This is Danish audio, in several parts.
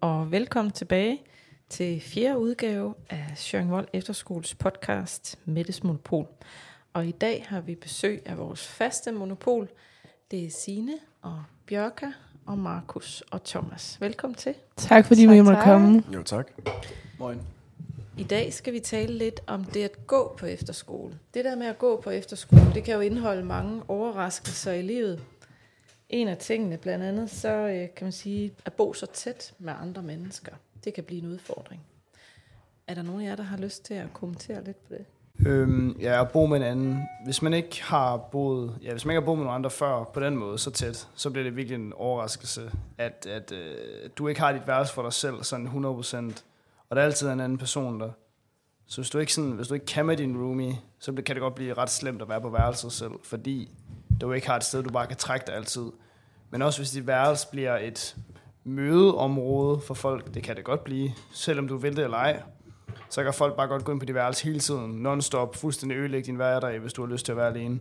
og velkommen tilbage til 4. udgave af Sjøringvold Efterskoles podcast Mettes Monopol. Og i dag har vi besøg af vores faste monopol. Det er Signe og Bjørka og Markus og Thomas. Velkommen til. Tak fordi vi måtte komme. Jo, tak. Moin. I dag skal vi tale lidt om det at gå på efterskole. Det der med at gå på efterskole, det kan jo indeholde mange overraskelser i livet. En af tingene blandt andet, så kan man sige, at bo så tæt med andre mennesker. Det kan blive en udfordring. Er der nogen af jer, der har lyst til at kommentere lidt på det? Ja, at bo med en anden. Hvis man ikke har boet med nogle andre før på den måde så tæt, så bliver det virkelig en overraskelse, at du ikke har dit værelse for dig selv sådan 100%. Og der er altid en anden person der. Så hvis du ikke kan med din roomie, så kan det godt blive ret slemt at være på værelset selv, fordi du ikke har et sted, du bare kan trække dig altid. Men også hvis dit værelse bliver et mødeområde for folk, det kan det godt blive, selvom du vil det eller ej, så kan folk bare godt gå ind på dit værelse hele tiden, non-stop, fuldstændig ødelægge din hverdag, hvis du har lyst til at være alene.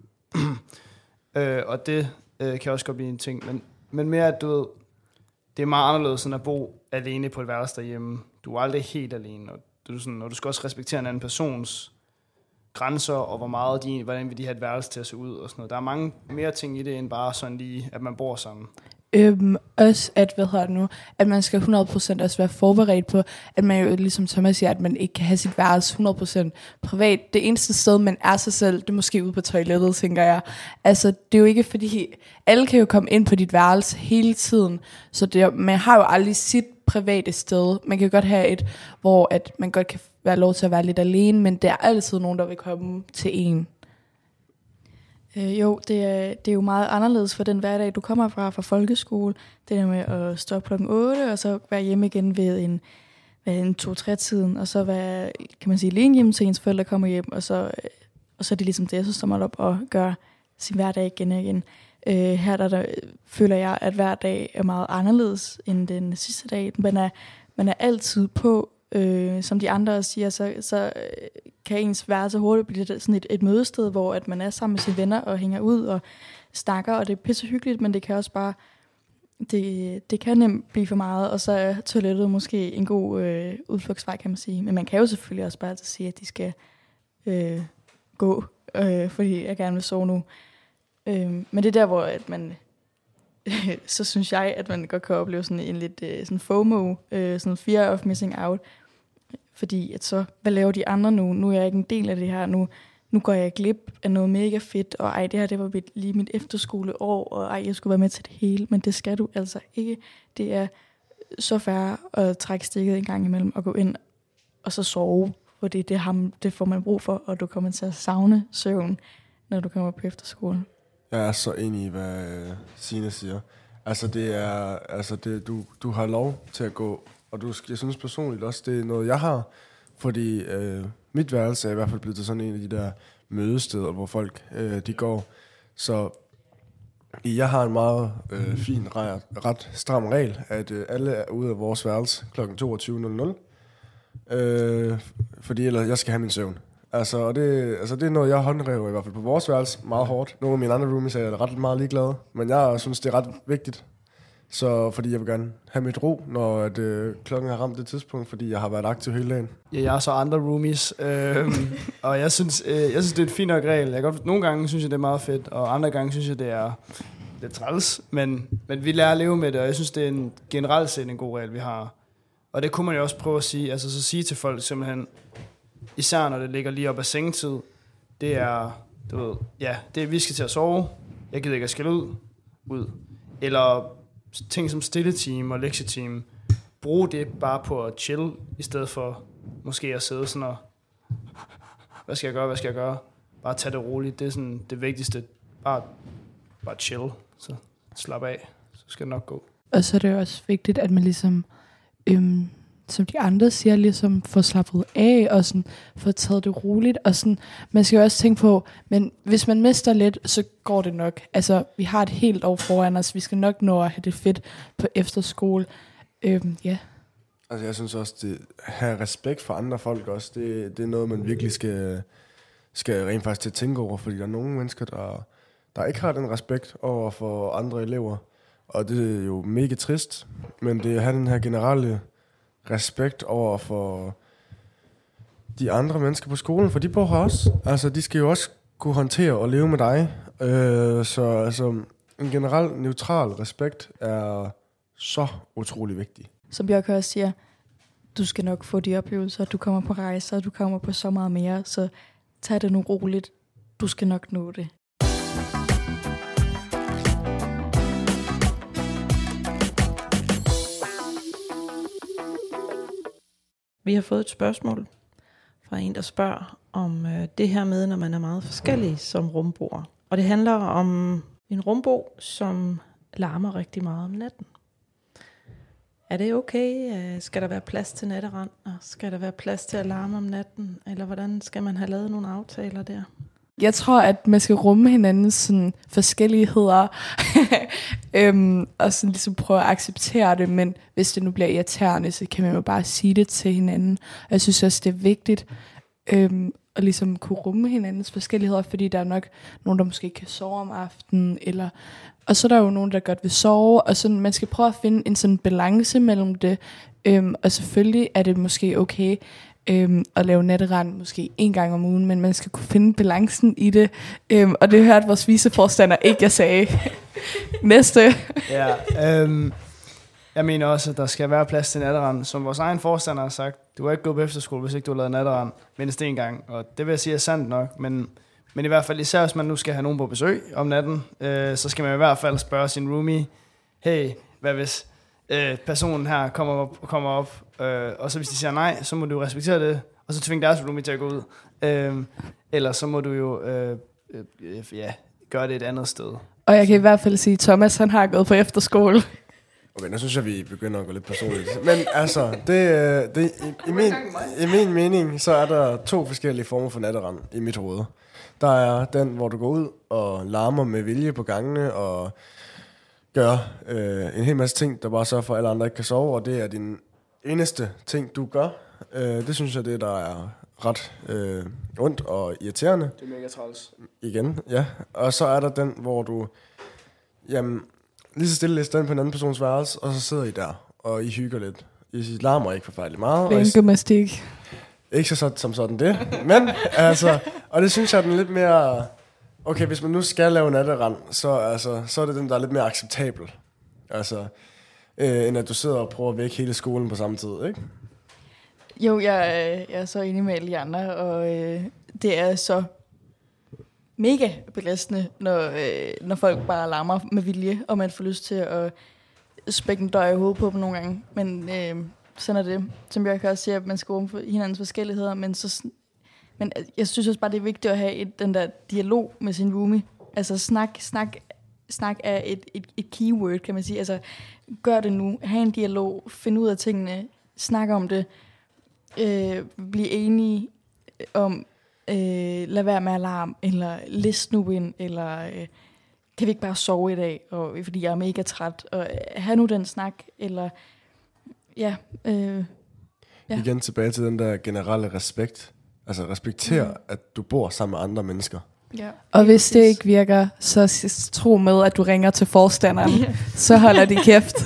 Og det kan også godt blive en ting, men mere at du ved, det er meget anderledes end at bo alene på et værelse derhjemme. Du er aldrig helt alene, og du skal også respektere en anden persons grænser, og hvordan vil de have et værelse til at se ud og sådan noget. Der er mange mere ting i det, end bare sådan lige, at man bor sammen. Også at man skal 100% også være forberedt på, at man jo ligesom Thomas siger, at man ikke kan have sit værelse 100% privat. Det eneste sted, man er sig selv, det er måske ude på toilettet, tænker jeg. Altså, det er jo ikke fordi, alle kan jo komme ind på dit værelse hele tiden, så man har jo aldrig sit private sted. Man kan jo godt have et, hvor at man godt kan være lov til at være lidt alene, men der er altid nogen, der vil komme til en. Det er jo meget anderledes for den hverdag, du kommer fra folkeskole. Det der med at stå op klokken 8, og så være hjemme igen ved en 2-3-tiden, og så være, kan man sige, alene hjemme til ens forældre kommer hjem, og så er det ligesom det, så står man op og gør sin hverdag igen og igen. Her der føler jeg, at hver dag er meget anderledes end den sidste dag. Man er altid på. Som de andre siger, så kan ens værelse hurtigt blive sådan et mødested, hvor at man er sammen med sine venner og hænger ud og snakker, og det er pisse hyggeligt, men det kan også bare, det kan nemt blive for meget, og så er toilettet måske en god udflugtsvej, kan man sige. Men man kan jo selvfølgelig også bare altid sige, at de skal gå, fordi jeg gerne vil sove nu. Men det er der, hvor at man så synes jeg, at man godt kan opleve sådan en lidt sådan FOMO, sådan fear of missing out. Fordi at så, hvad laver de andre nu? Nu er jeg ikke en del af det her. Nu går jeg glip af noget mega fedt. Og ej, det her, det var lige mit efterskoleår. Og ej, jeg skulle være med til det hele. Men det skal du altså ikke. Det er så fair at trække stikket en gang imellem og gå ind og så sove. For det får man brug for, og du kommer til at savne søvn, når du kommer på efterskolen. Jeg er så enig i, hvad Signe siger. Altså, du har lov til at gå, og jeg synes personligt også, det er noget, jeg har, fordi mit værelse er i hvert fald blevet til sådan en af de der mødesteder, hvor folk de går. Så jeg har en meget fin, ret stram regel, at alle er ude af vores værelse kl. 22.00, fordi ellers jeg skal have min søvn. Altså, det er noget, jeg håndhæver i hvert fald på vores værelse meget hårdt. Nogle af mine andre roomies er ret meget ligeglade, men jeg synes, det er ret vigtigt. Så fordi jeg vil gerne have mit ro, når klokken har ramt det tidspunkt, fordi jeg har været aktiv hele dagen. Ja, jeg har så andre roomies, og jeg synes, det er et fint nok regel. Nogle gange synes jeg, det er meget fedt, og andre gange synes jeg, det er lidt træls. Men vi lærer at leve med det, og jeg synes, det er generelt set en god regel, vi har. Og det kunne man jo også prøve at sige, altså så sige til folk simpelthen, især når det ligger lige op ad sengetid, det er, vi skal til at sove, jeg gider ikke at skælde ud. Eller ting som stilleteam og lektietime, brug det bare på at chill, i stedet for måske at sidde sådan og, hvad skal jeg gøre? Bare tage det roligt, det er sådan det vigtigste, bare chill, så slap af, så skal det nok gå. Og så er det også vigtigt, at man ligesom, som de andre siger, ligesom får slappet af, og sådan får taget det roligt, og sådan, man skal jo også tænke på, men hvis man mister lidt, så går det nok. Altså, vi har et helt år foran os, vi skal nok nå at have det fedt på efterskole. Ja. Altså, jeg synes også, det have respekt for andre folk også, det er noget, man virkelig skal rent faktisk til at tænke over, fordi der er nogle mennesker, der ikke har den respekt over for andre elever, Og det er jo mega trist, men det er at have den her generelle respekt over for de andre mennesker på skolen, for de bor her også. Altså, de skal jo også kunne håndtere og leve med dig. Så altså, en generel neutral respekt er så utrolig vigtig. Som Bjørk også siger, du skal nok få de oplevelser, du kommer på rejser, du kommer på så meget mere, så tag det nu roligt. Du skal nok nå det. Vi har fået et spørgsmål fra en, der spørger om det her med, når man er meget forskellig som rumboer. Og det handler om en rumbo, som larmer rigtig meget om natten. Er det okay? Skal der være plads til natterand? Og skal der være plads til at larme om natten? Eller hvordan skal man have lavet nogle aftaler der? Jeg tror, at man skal rumme hinandens sådan, forskelligheder, og sådan ligesom prøve at acceptere det, men hvis det nu bliver irriterende, så kan man jo bare sige det til hinanden. Og jeg synes også, det er vigtigt at ligesom kunne rumme hinandens forskelligheder, fordi der er nok nogen, der måske ikke kan sove om aftenen, og så er der jo nogen, der godt vil sove, og sådan, man skal prøve at finde en sådan balance mellem det, og selvfølgelig er det måske okay, at lave natterand måske 1 gang om ugen, men man skal kunne finde balancen i det, og det hørte vores viceforstander ikke, jeg sagde. Næste. Ja, jeg mener også, at der skal være plads til natterand. Som vores egen forstander har sagt, du har ikke gået på efterskole, hvis ikke du har lavet natterand mindst 1 gang, og det vil jeg sige er sandt nok, men i hvert fald især, hvis man nu skal have nogen på besøg om natten, så skal man i hvert fald spørge sin roomie, hey, hvad hvis personen her kommer op, og så hvis de siger nej, så må du respektere det, og så tvinge deres roomie til at gå ud. Eller så må du jo gøre det et andet sted. Og jeg kan i hvert fald sige, at Thomas han har gået på efterskole. Okay, nu synes jeg, vi begynder at gå lidt personligt. Men altså, i min mening, så er der 2 forskellige former for natterand i mit hoved. Der er den, hvor du går ud og larmer med vilje på gangene og gør en hel masse ting, der bare sørger for, at alle andre ikke kan sove, og det er din eneste ting, du gør. Det synes jeg, det der er ret ondt og irriterende. Det er mega træls. Igen, ja. Og så er der den, hvor du lige så stille læser den på en anden persons værelse, og så sidder I der, og I hygger lidt. I larmer ikke forfærdeligt meget. Bænkegymnastik. Ikke så som sådan det, men altså, og det synes jeg er den lidt mere, okay, hvis man nu skal lave natterand, så er det den, der er lidt mere acceptabel, altså, end at du sidder og prøver at vække hele skolen på samme tid, ikke? Jo, jeg er så enig med alle de andre, og det er så mega belastende, når folk bare larmer med vilje, og man får lyst til at spække en dør i hovedet på dem nogle gange, men sådan er det. Som jeg også siger, at man skal rumme hinandens forskelligheder, men jeg synes også bare, det er vigtigt at have den der dialog med sin roomie. Altså snak er et keyword, kan man sige. Altså gør det nu. Ha' en dialog. Find ud af tingene. Snak om det. Bliv enige om lad være med alarm, eller list nu ind, eller kan vi ikke bare sove i dag, fordi jeg er mega træt. Og have nu den snak, eller ja. Igen tilbage til den der generelle respekt. Altså respekter, at du bor sammen med andre mennesker. Ja. Og hvis det ikke virker, så tro med, at du ringer til forstanderen. Så holder de kæft.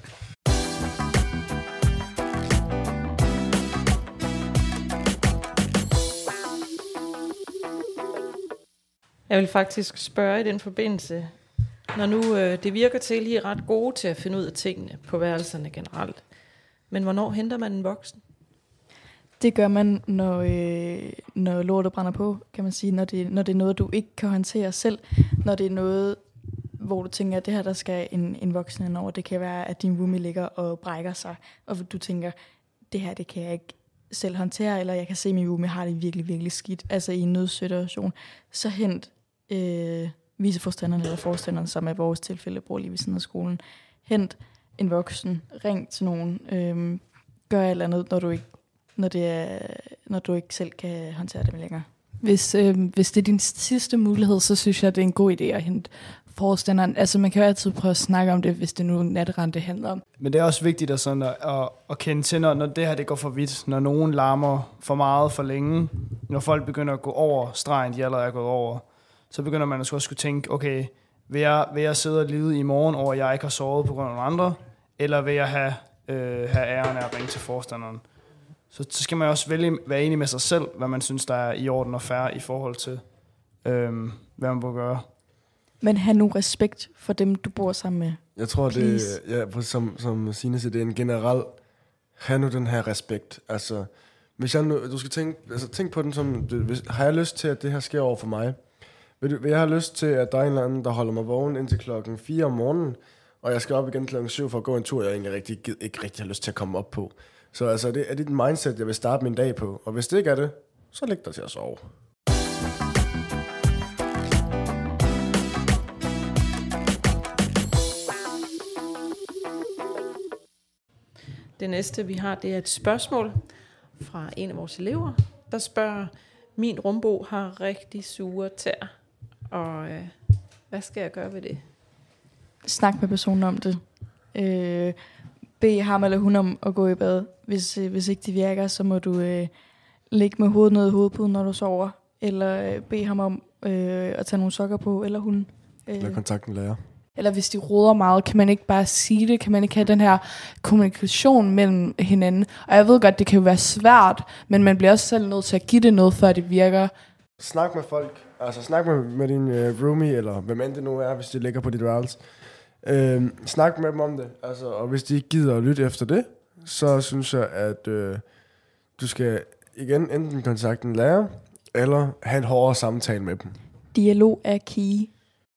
Jeg vil faktisk spørge i den forbindelse, når nu det virker til, at I er ret gode til at finde ud af tingene på værelserne generelt. Men hvornår henter man en voksen? Det gør man, når lortet brænder på, kan man sige. Når det er noget, du ikke kan håndtere selv. Når det er noget, hvor du tænker, at det her, der skal en voksen ind over. Det kan være, at din roomie ligger og brækker sig, og du tænker, det her, det kan jeg ikke selv håndtere, eller jeg kan se, at min roomie har det virkelig, virkelig skidt. Altså i en nødsituation. Så hent viceforstanderen eller forstanderen, som er vores tilfælde, bor lige ved siden af skolen. Hent en voksen, ring til nogen, gør et eller andet, når du ikke selv kan håndtere det længere. Hvis det er din sidste mulighed, så synes jeg, det er en god idé at hente forstanderen. Altså man kan jo altid prøve at snakke om det, hvis det nu er natterand, det handler om. Men det er også vigtigt at kende til, når det her det går for vidt, når nogen larmer for meget for længe, når folk begynder at gå over stregen, de allerede er gået over, så begynder man også at skulle tænke, okay, Vil jeg sidde og lide i morgen over, at jeg ikke har sovet på grund af nogle andre, eller vil jeg have æren af at ringe til forstanderen? Så skal man også være enig med sig selv, hvad man synes, der er i orden og fair i forhold til, hvad man må gøre. Men have nu respekt for dem, du bor sammen med. Jeg tror, som Signe siger, det er en generel, have nu den her respekt. Altså, hvis jeg nu, du skal tænk på den som, har jeg lyst til, at det her sker over for mig? Vil jeg have lyst til, at der er en eller anden, der holder mig vågen indtil klokken 4 om morgenen, og jeg skal op igen klokken 7 for at gå en tur, jeg egentlig ikke rigtig har lyst til at komme op på. Så altså, det er det mindset, jeg vil starte min dag på. Og hvis det ikke er det, så læg dig til at sove. Det næste, vi har, det er et spørgsmål fra en af vores elever, der spørger, min rumbo har rigtig sure tæer, og hvad skal jeg gøre ved det? Snak med personen om det. Bed ham eller hun om at gå i bad. Hvis ikke det virker, så må du ligge med hovedet ned i hovedpuden, når du sover. Eller bed ham om at tage nogle sokker på, eller hun. Eller kontakt med lærer. Eller hvis de roder meget, kan man ikke bare sige det? Kan man ikke have den her kommunikation mellem hinanden? Og jeg ved godt, det kan jo være svært, men man bliver også selv nødt til at give det noget, før det virker. Snak med folk. Altså snak med din roomie, eller hvem end det nu er, hvis de ligger på dit værelse. Snak med dem om det. Altså, og hvis de ikke gider at lytte efter det, så synes jeg, at du skal igen enten kontakte en lærer, eller have en hårdere samtale med dem. Dialog er key.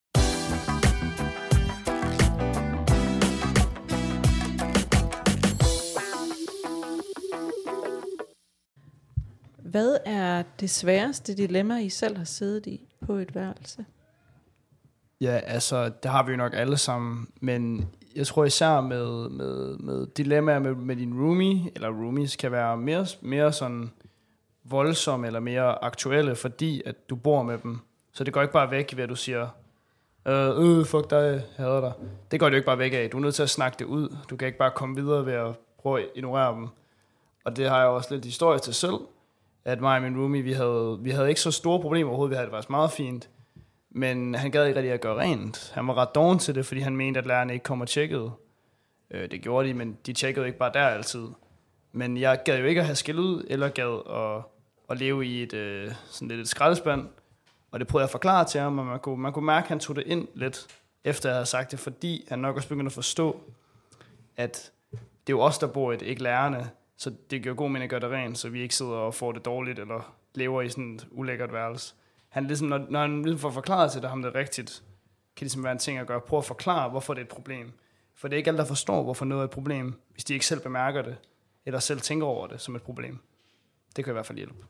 Hvad er det sværeste dilemma, I selv har siddet i på et værelse? Ja, altså, det har vi jo nok alle sammen, men jeg tror især med dilemmaer med din roomie, eller roomies, kan være mere sådan voldsomme eller mere aktuelle, fordi at du bor med dem. Så det går ikke bare væk ved, at du siger, fuck dig, jeg hader dig. Det går det jo ikke bare væk af. Du er nødt til at snakke det ud. Du kan ikke bare komme videre ved at prøve at ignorere dem. Og det har jeg også lidt historie til selv, at mig og min roomie, vi havde ikke så store problemer overhovedet. Vi havde det faktisk meget fint. Men han gad ikke rigtig at gøre rent. Han var ret doven til det, fordi han mente, at lærerne ikke kom og tjekkede. Det gjorde de, men de tjekkede ikke bare der altid. Men jeg gad jo ikke at have skæld ud, eller gad at leve i sådan lidt et skraldespand. Og det prøvede jeg at forklare til ham, og man kunne mærke, at han tog det ind lidt, efter jeg havde sagt det, fordi han nok også begyndte at forstå, at det er jo os, der bor i det, ikke lærerne. Så det gør god mening at gøre det rent, så vi ikke sidder og får det dårligt, eller lever i sådan et ulækkert værelse. Han ligesom, når han ligesom får forklaret til det, ham det rigtigt, kan det ligesom være en ting at gøre. Prøv at forklare, hvorfor det er et problem. For det er ikke alle, der forstår, hvorfor noget er et problem, hvis de ikke selv bemærker det, eller selv tænker over det som et problem. Det kan i hvert fald hjælpe.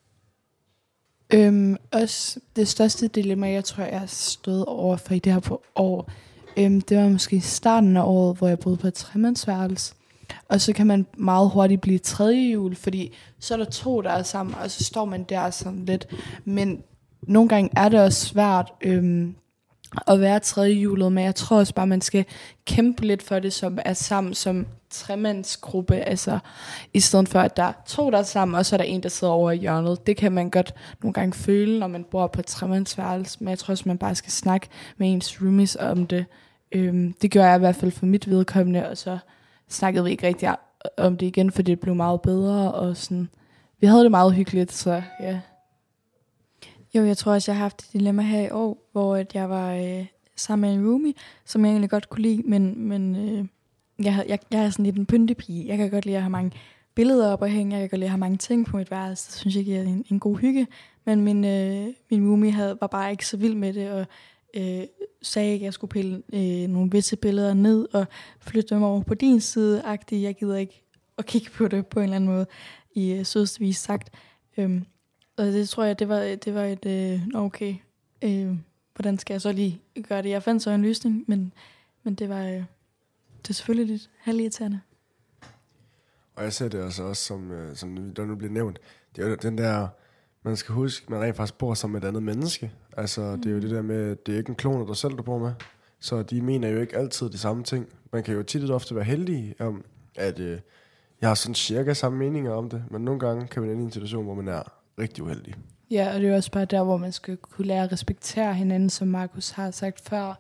Også det største dilemma, jeg tror, jeg har stået over for i det her på år, det var måske i starten af året, hvor jeg boede på et tremandsværelse. Og så kan man meget hurtigt blive tredje jul, fordi så er der to, der er sammen, og så står man der sådan lidt. Men nogle gange er det også svært at være tredje julet, men jeg tror også bare, man skal kæmpe lidt for det, som er sammen som tremandsgruppe, altså i stedet for, at der er to, der er sammen, og så er der en, der sidder over i hjørnet. Det kan man godt nogle gange føle, når man bor på et tremandsværelse, men jeg tror også, man bare skal snakke med ens roomies om det. Det gør jeg i hvert fald for mit vedkommende, og så snakkede vi ikke rigtig om det igen, for det blev meget bedre, og sådan, vi havde det meget hyggeligt, så ja. Jo, jeg tror også, jeg har haft et dilemma her i år, hvor at jeg var sammen med en roomie, som jeg egentlig godt kunne lide, men jeg er sådan lidt en pyntepige. Jeg kan godt lide at have mange billeder op og hænge, jeg kan godt lide at have mange ting på mit værelse. Det synes jeg ikke er en god hygge, men min roomie var bare ikke så vild med det, og sagde ikke, at jeg skulle pille nogle visse billeder ned og flytte dem over på din side-agtigt. Jeg gider ikke at kigge på det på en eller anden måde, i sødeste vis sagt. Og det tror jeg, det var et okay. Hvordan skal jeg så lige gøre det? Jeg fandt så en løsning, men det var det er selvfølgelig lidt halvirriterende. Og jeg ser det også som der nu bliver nævnt. Det er jo den der, man skal huske, man rent faktisk bor sammen med et andet menneske. Altså, det er jo det der med, det er ikke en klon af dig selv, du bor med. Så de mener jo ikke altid de samme ting. Man kan jo tit og ofte være heldig om, at jeg har sådan cirka samme meninger om det, men nogle gange kan man ende i en situation, hvor man er rigtig uheldig. Ja, og det er også bare der, hvor man skal kunne lære at respektere hinanden, som Markus har sagt før.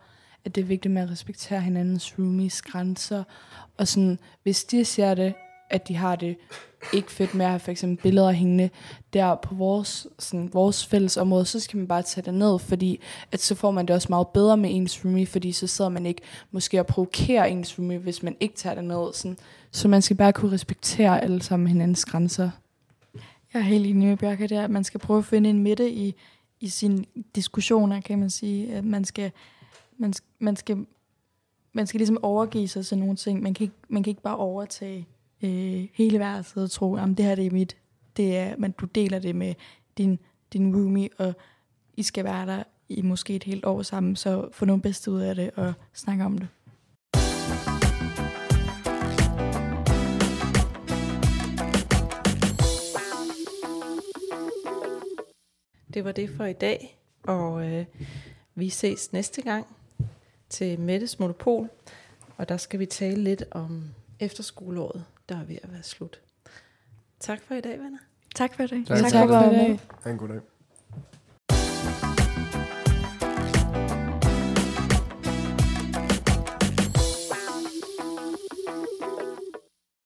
at det er vigtigt med at respektere hinandens roomies grænser. Og sådan, hvis de siger det, at de har det ikke fedt med at have for eksempel billeder hængende der på vores fælles område, så skal man bare tage det ned, fordi at så får man det også meget bedre med ens roomie, fordi så sidder man ikke måske og provokerer ens roomie, hvis man ikke tager det ned. Sådan. Så man skal bare kunne respektere alle sammen hinandens grænser. Jeg er helt enig med Bjarke der, at man skal prøve at finde en midte i sine diskussioner, kan man sige. At man skal ligesom overgive sig til nogle ting. Man kan ikke bare overtage hele værelset og tro, at det her det er mit. Men du deler det med din roomie, og I skal være der i måske et helt år sammen, så få noget bedste ud af det og snakke om det. Det var det for i dag, og vi ses næste gang til Mettes Monopol, og der skal vi tale lidt om efterskoleåret, der er ved at være slut. Tak for i dag, venner. Tak for det. Tak for i dag. Ha' en god dag.